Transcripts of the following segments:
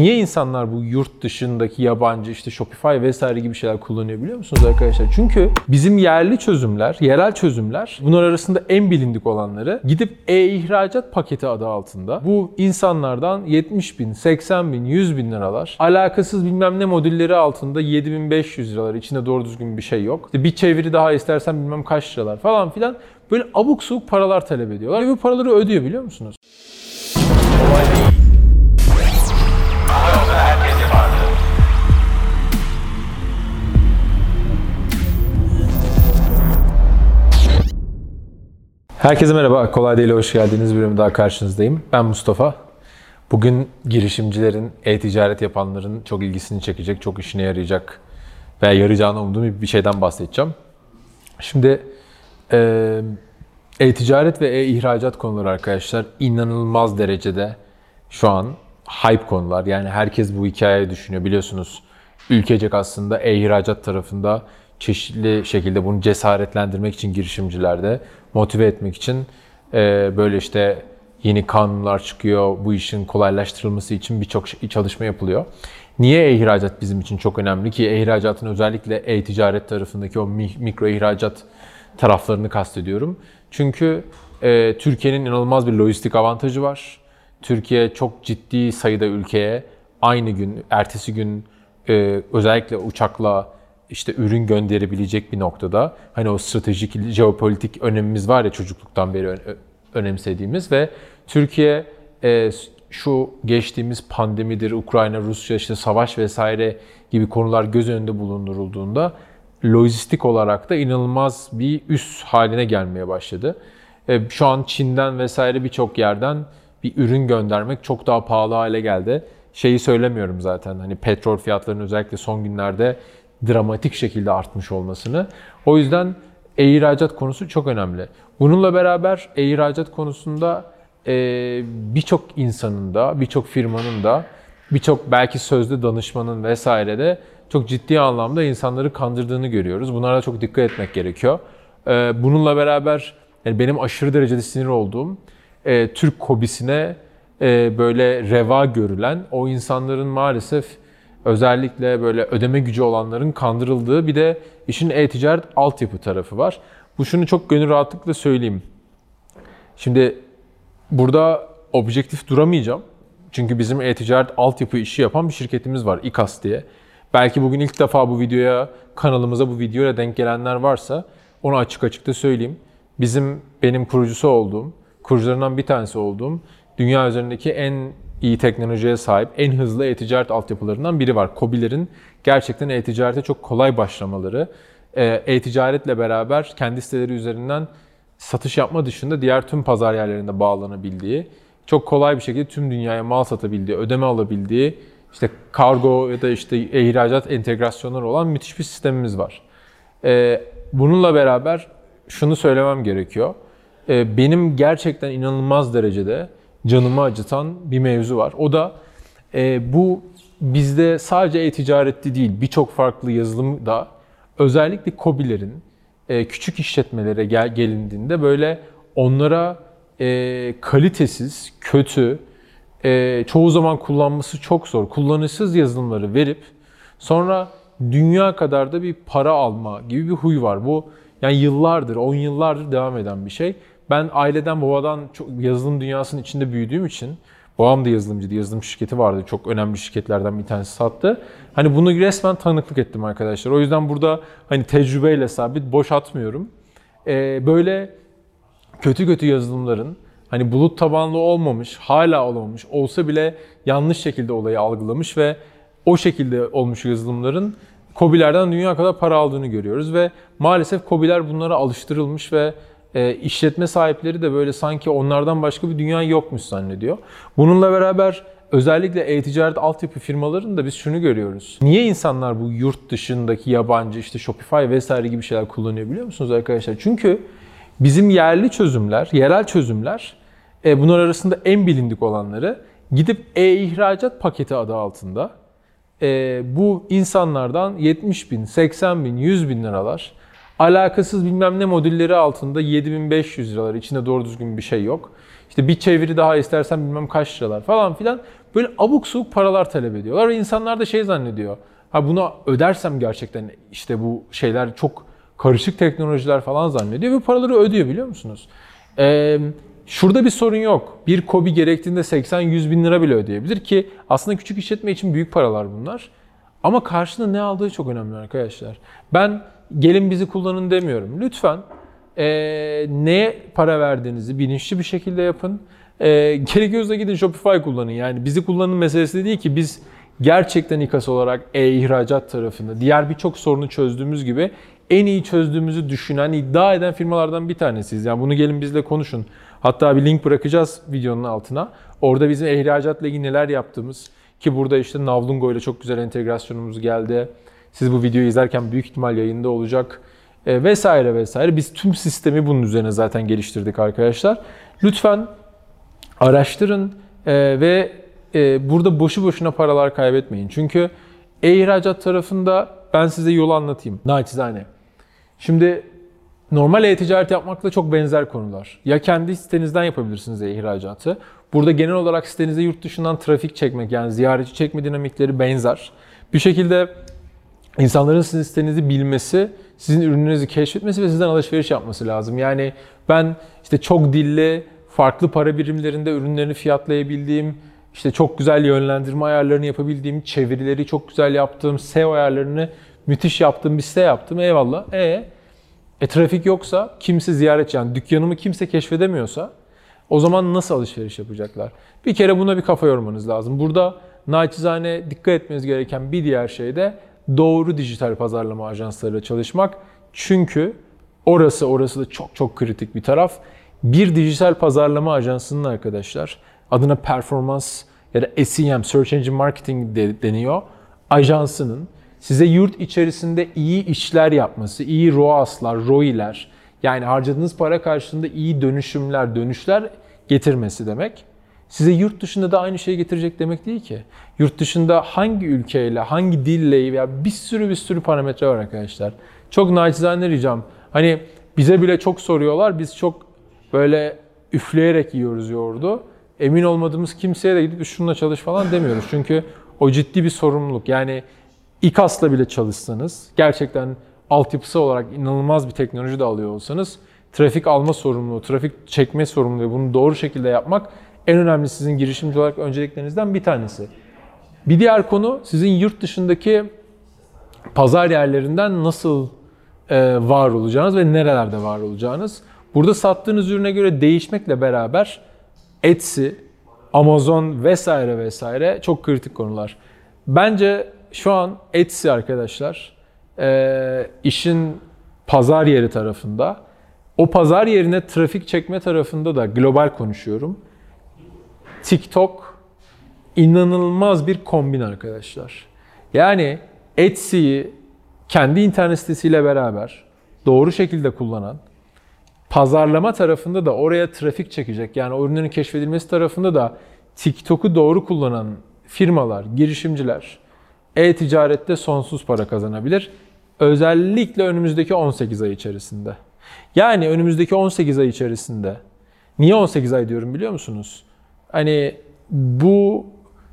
Niye insanlar bu yurt dışındaki yabancı işte Shopify vesaire gibi şeyler kullanıyor biliyor musunuz arkadaşlar? Çünkü bizim yerli çözümler, yerel çözümler, bunlar arasında en bilindik olanları gidip e-ihracat paketi adı altında bu insanlardan 70 bin, 80 bin, 100 bin liralar, alakasız bilmem ne modülleri altında 7.500 liralar, içinde doğru düzgün bir şey yok. İşte bir çeviri daha istersen bilmem kaç liralar falan filan, böyle abuk subuk paralar talep ediyorlar ve bu paraları ödüyor biliyor musunuz? Herkese merhaba, Kolay Değil'e hoş geldiniz. Bir bölüm daha karşınızdayım. Ben Mustafa. Bugün girişimcilerin, e-ticaret yapanların çok ilgisini çekecek, çok işine yarayacak veya yarayacağını umduğum bir şeyden bahsedeceğim. Şimdi e-ticaret ve e-ihracat konuları arkadaşlar inanılmaz derecede şu an hype konular. Yani herkes bu hikayeyi düşünüyor. Biliyorsunuz ülkecek aslında e-ihracat tarafında çeşitli şekilde bunu cesaretlendirmek için girişimcilerde, motive etmek için böyle işte yeni kanunlar çıkıyor. Bu işin kolaylaştırılması için birçok çalışma yapılıyor. Niye e-ihracat bizim için çok önemli ki? E-ihracatın özellikle e-ticaret tarafındaki o mikro ihracat taraflarını kastediyorum. Çünkü Türkiye'nin inanılmaz bir lojistik avantajı var. Türkiye çok ciddi sayıda ülkeye aynı gün, ertesi gün özellikle uçakla işte ürün gönderebilecek bir noktada. Hani o stratejik, jeopolitik önemimiz var ya çocukluktan beri önemsediğimiz ve Türkiye şu geçtiğimiz pandemidir, Ukrayna, Rusya işte savaş vesaire gibi konular göz önünde bulundurulduğunda lojistik olarak da inanılmaz bir üs haline gelmeye başladı. Şu an Çin'den vesaire birçok yerden bir ürün göndermek çok daha pahalı hale geldi. Şeyi söylemiyorum zaten, hani petrol fiyatlarının özellikle son günlerde dramatik şekilde artmış olmasını. O yüzden e-ihracat konusu çok önemli. Bununla beraber e-ihracat konusunda birçok insanın da, birçok firmanın da, birçok belki sözde danışmanın vesaire de çok ciddi anlamda insanları kandırdığını görüyoruz. Bunlara çok dikkat etmek gerekiyor. Bununla beraber yani benim aşırı derecede sinir olduğum Türk hobisine böyle reva görülen o insanların maalesef özellikle böyle ödeme gücü olanların kandırıldığı bir de işin e-ticaret altyapı tarafı var. Bu şunu çok gönül rahatlıkla söyleyeyim. Şimdi burada objektif duramayacağım. Çünkü bizim e-ticaret altyapı işi yapan bir şirketimiz var, İKAS diye. Belki bugün ilk defa bu videoya, kanalımıza bu videoya denk gelenler varsa onu açık açık da söyleyeyim. Benim kurucusu olduğum, kurucularından bir tanesi olduğum, dünya üzerindeki en iyi teknolojiye sahip, en hızlı e-ticaret altyapılarından biri var. KOBİ'lerin gerçekten e-ticarete çok kolay başlamaları, e-ticaretle beraber kendi siteleri üzerinden satış yapma dışında diğer tüm pazar yerlerinde bağlanabildiği, çok kolay bir şekilde tüm dünyaya mal satabildiği, ödeme alabildiği, işte kargo ya da işte e-ihracat entegrasyonları olan müthiş bir sistemimiz var. Bununla beraber şunu söylemem gerekiyor. Benim gerçekten inanılmaz derecede canımı acıtan bir mevzu var. O da bu bizde sadece e-ticarette değil, birçok farklı yazılımda özellikle KOBİ'lerin küçük işletmelere gelindiğinde böyle onlara kalitesiz, kötü, çoğu zaman kullanması çok zor, kullanışsız yazılımları verip sonra dünya kadar da bir para alma gibi bir huy var. Bu yani yıllardır, 10 yıllardır devam eden bir şey. Ben aileden, babadan çok yazılım dünyasının içinde büyüdüğüm için, babam da yazılımcıydı, yazılım şirketi vardı, çok önemli şirketlerden bir tanesi sattı. Hani bunu resmen tanıklık ettim arkadaşlar. O yüzden burada hani tecrübeyle sabit, boş atmıyorum. Böyle kötü yazılımların hani bulut tabanlı olmamış, hala olmamış, olsa bile yanlış şekilde olayı algılamış ve o şekilde olmuş yazılımların KOBİ'lerden dünya kadar para aldığını görüyoruz ve maalesef KOBİ'ler bunlara alıştırılmış ve işletme sahipleri de böyle sanki onlardan başka bir dünya yokmuş zannediyor. Bununla beraber özellikle e-ticaret altyapı firmalarında biz şunu görüyoruz. Niye insanlar bu yurt dışındaki yabancı işte Shopify vesaire gibi şeyler kullanıyor biliyor musunuz arkadaşlar? Çünkü bizim yerli çözümler, yerel çözümler, bunlar arasında en bilindik olanları gidip e-ihracat paketi adı altında bu insanlardan 70 bin, 80 bin, 100 bin liralar, alakasız bilmem ne modülleri altında 7.500 liralar, içinde doğru düzgün bir şey yok. İşte bir çeviri daha istersen bilmem kaç liralar falan filan, böyle abuk subuk paralar talep ediyorlar ve insanlar da şey zannediyor. Ha bunu ödersem gerçekten işte bu şeyler çok karışık teknolojiler falan zannediyor ve paraları ödüyor biliyor musunuz? Şurada bir sorun yok. Bir KOBİ gerektiğinde 80-100 bin lira bile ödeyebilir ki aslında küçük işletme için büyük paralar bunlar. Ama karşılığında ne aldığı çok önemli arkadaşlar. Ben gelin bizi kullanın demiyorum. Lütfen neye para verdiğinizi bilinçli bir şekilde yapın. Gerekiyorsa gidin Shopify kullanın. Yani bizi kullanın meselesi değil ki biz gerçekten İKAS olarak ihracat tarafında diğer birçok sorunu çözdüğümüz gibi en iyi çözdüğümüzü düşünen, iddia eden firmalardan bir tanesiyiz. Yani bunu gelin bizle konuşun. Hatta bir link bırakacağız videonun altına. Orada bizim ihracatla ilgili neler yaptığımız ki burada işte Navlungo ile çok güzel entegrasyonumuz geldi. Siz bu videoyu izlerken büyük ihtimal yayında olacak. Vesaire vesaire. Biz tüm sistemi bunun üzerine zaten geliştirdik arkadaşlar. Lütfen araştırın ve burada boşu boşuna paralar kaybetmeyin. Çünkü ihracat tarafında ben size yolu anlatayım. Naçizane. Şimdi normal e-ticaret yapmakla çok benzer konular. Ya kendi sitenizden yapabilirsiniz ihracatı. Burada genel olarak sitenize yurt dışından trafik çekmek yani ziyaretçi çekme dinamikleri benzer. Bir şekilde insanların sizin sitenizi bilmesi, sizin ürünlerinizi keşfetmesi ve sizden alışveriş yapması lazım. Yani ben işte çok dilli, farklı para birimlerinde ürünlerini fiyatlayabildiğim, işte çok güzel yönlendirme ayarlarını yapabildiğim, çevirileri çok güzel yaptığım, SEO ayarlarını müthiş yaptığım bir site yaptım. Eyvallah. Trafik yoksa, kimse ziyaretçi yani dükkanımı kimse keşfedemiyorsa o zaman nasıl alışveriş yapacaklar? Bir kere buna bir kafa yormanız lazım. Burada naçizane dikkat etmeniz gereken bir diğer şey de doğru dijital pazarlama ajanslarıyla çalışmak. Çünkü orası da çok çok kritik bir taraf. Bir dijital pazarlama ajansının arkadaşlar adına performans ya da SEM, Search Engine Marketing deniyor. Ajansının size yurt içerisinde iyi işler yapması, iyi ROAS'lar, ROI'ler yani harcadığınız para karşılığında iyi dönüşler getirmesi demek. Size yurt dışında da aynı şeyi getirecek demek değil ki. Yurt dışında hangi ülkeyle, hangi dille veya bir sürü parametre var arkadaşlar. Çok naçizane ricam. Hani bize bile çok soruyorlar. Biz çok böyle üfleyerek yiyoruz yoğurdu. Emin olmadığımız kimseye de gidip şununla çalış falan demiyoruz. Çünkü o ciddi bir sorumluluk. Yani İKAS'la bile çalışsanız, gerçekten altyapısı olarak inanılmaz bir teknoloji de alıyor olsanız, trafik alma sorumluluğu, trafik çekme sorumluluğu ve bunu doğru şekilde yapmak en önemli sizin girişimci olarak önceliklerinizden bir tanesi. Bir diğer konu sizin yurt dışındaki pazar yerlerinden nasıl var olacağınız ve nerelerde var olacağınız. Burada sattığınız ürüne göre değişmekle beraber Etsy, Amazon vesaire çok kritik konular. Bence şu an Etsy arkadaşlar işin pazar yeri tarafında. O pazar yerine trafik çekme tarafında da global konuşuyorum. TikTok inanılmaz bir kombin arkadaşlar. Yani Etsy'yi kendi internet sitesiyle beraber doğru şekilde kullanan, pazarlama tarafında da oraya trafik çekecek, yani o ürünlerin keşfedilmesi tarafında da TikTok'u doğru kullanan firmalar, girişimciler e-ticarette sonsuz para kazanabilir. Özellikle önümüzdeki 18 ay içerisinde. Yani önümüzdeki 18 ay içerisinde. Niye 18 ay diyorum biliyor musunuz? Hani bu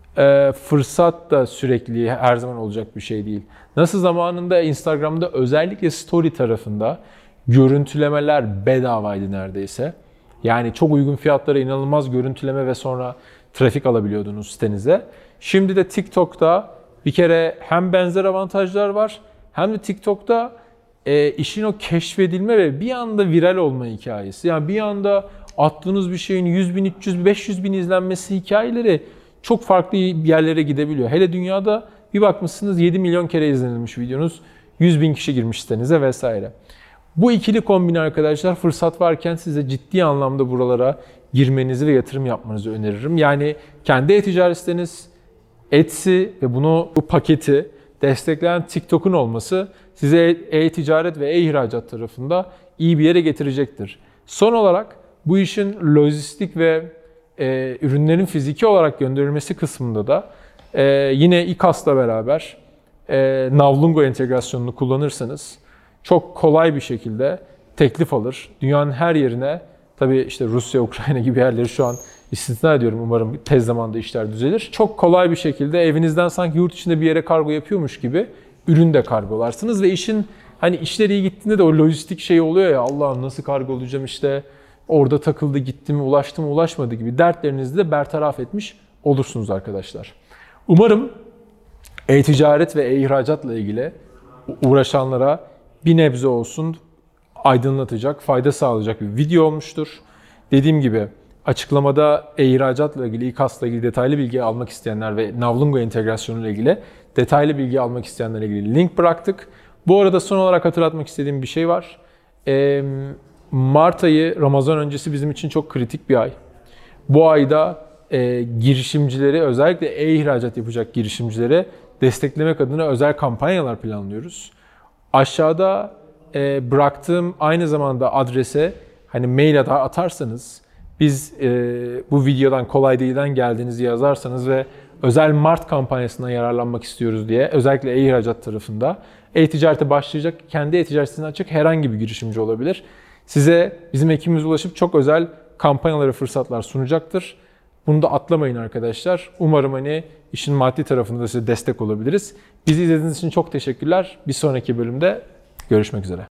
fırsat da sürekli her zaman olacak bir şey değil. Nasıl zamanında Instagram'da özellikle story tarafında görüntülemeler bedavaydı neredeyse. Yani çok uygun fiyatlara inanılmaz görüntüleme ve sonra trafik alabiliyordunuz sitenize. Şimdi de TikTok'ta bir kere hem benzer avantajlar var hem de TikTok'ta işin o keşfedilme ve bir anda viral olma hikayesi. Yani bir anda attığınız bir şeyin 100 bin, 300 bin, 500 bin izlenmesi hikayeleri çok farklı yerlere gidebiliyor. Hele dünyada bir bakmışsınız 7 milyon kere izlenilmiş videonuz, 100 bin kişi girmiş sitenize vesaire. Bu ikili kombini arkadaşlar fırsat varken size ciddi anlamda buralara girmenizi ve yatırım yapmanızı öneririm. Yani kendi e-ticaret siteniz, Etsy ve bu paketi destekleyen TikTok'un olması size e-ticaret ve e-ihracat tarafında iyi bir yere getirecektir. Son olarak bu işin lojistik ve ürünlerin fiziki olarak gönderilmesi kısmında da yine İKAS'la beraber Navlungo entegrasyonunu kullanırsanız çok kolay bir şekilde teklif alır. Dünyanın her yerine, tabii işte Rusya, Ukrayna gibi yerleri şu an istisna ediyorum. Umarım tez zamanda işler düzelir. Çok kolay bir şekilde evinizden sanki yurt içinde bir yere kargo yapıyormuş gibi ürün de kargolarsınız ve işin hani işler iyi gittiğinde de o lojistik şey oluyor ya, Allah'ım nasıl kargolayacağım, işte orada takıldı, gitti mi, ulaştı mı, ulaşmadı gibi dertlerinizi de bertaraf etmiş olursunuz arkadaşlar. Umarım e-ticaret ve e-ihracatla ilgili uğraşanlara bir nebze olsun aydınlatacak, fayda sağlayacak bir video olmuştur. Dediğim gibi açıklamada e-ihracatla ilgili, İKAS'la ilgili detaylı bilgi almak isteyenler ve Navlungo entegrasyonu ile ilgili detaylı bilgi almak isteyenlerle ilgili link bıraktık. Bu arada son olarak hatırlatmak istediğim bir şey var. Mart ayı, Ramazan öncesi bizim için çok kritik bir ay. Bu ayda girişimcileri, özellikle e-ihracat yapacak girişimcileri desteklemek adına özel kampanyalar planlıyoruz. Aşağıda bıraktığım aynı zamanda adrese hani mail atarsanız, biz bu videodan kolay değilden geldiğinizi yazarsanız ve özel Mart kampanyasından yararlanmak istiyoruz diye, özellikle e-ihracat tarafında e-ticarete başlayacak, kendi e-ticaretini açacak herhangi bir girişimci olabilir. Size bizim ekibimiz ulaşıp çok özel kampanyalara fırsatlar sunacaktır. Bunu da atlamayın arkadaşlar. Umarım hani işin maddi tarafında da size destek olabiliriz. Bizi izlediğiniz için çok teşekkürler. Bir sonraki bölümde görüşmek üzere.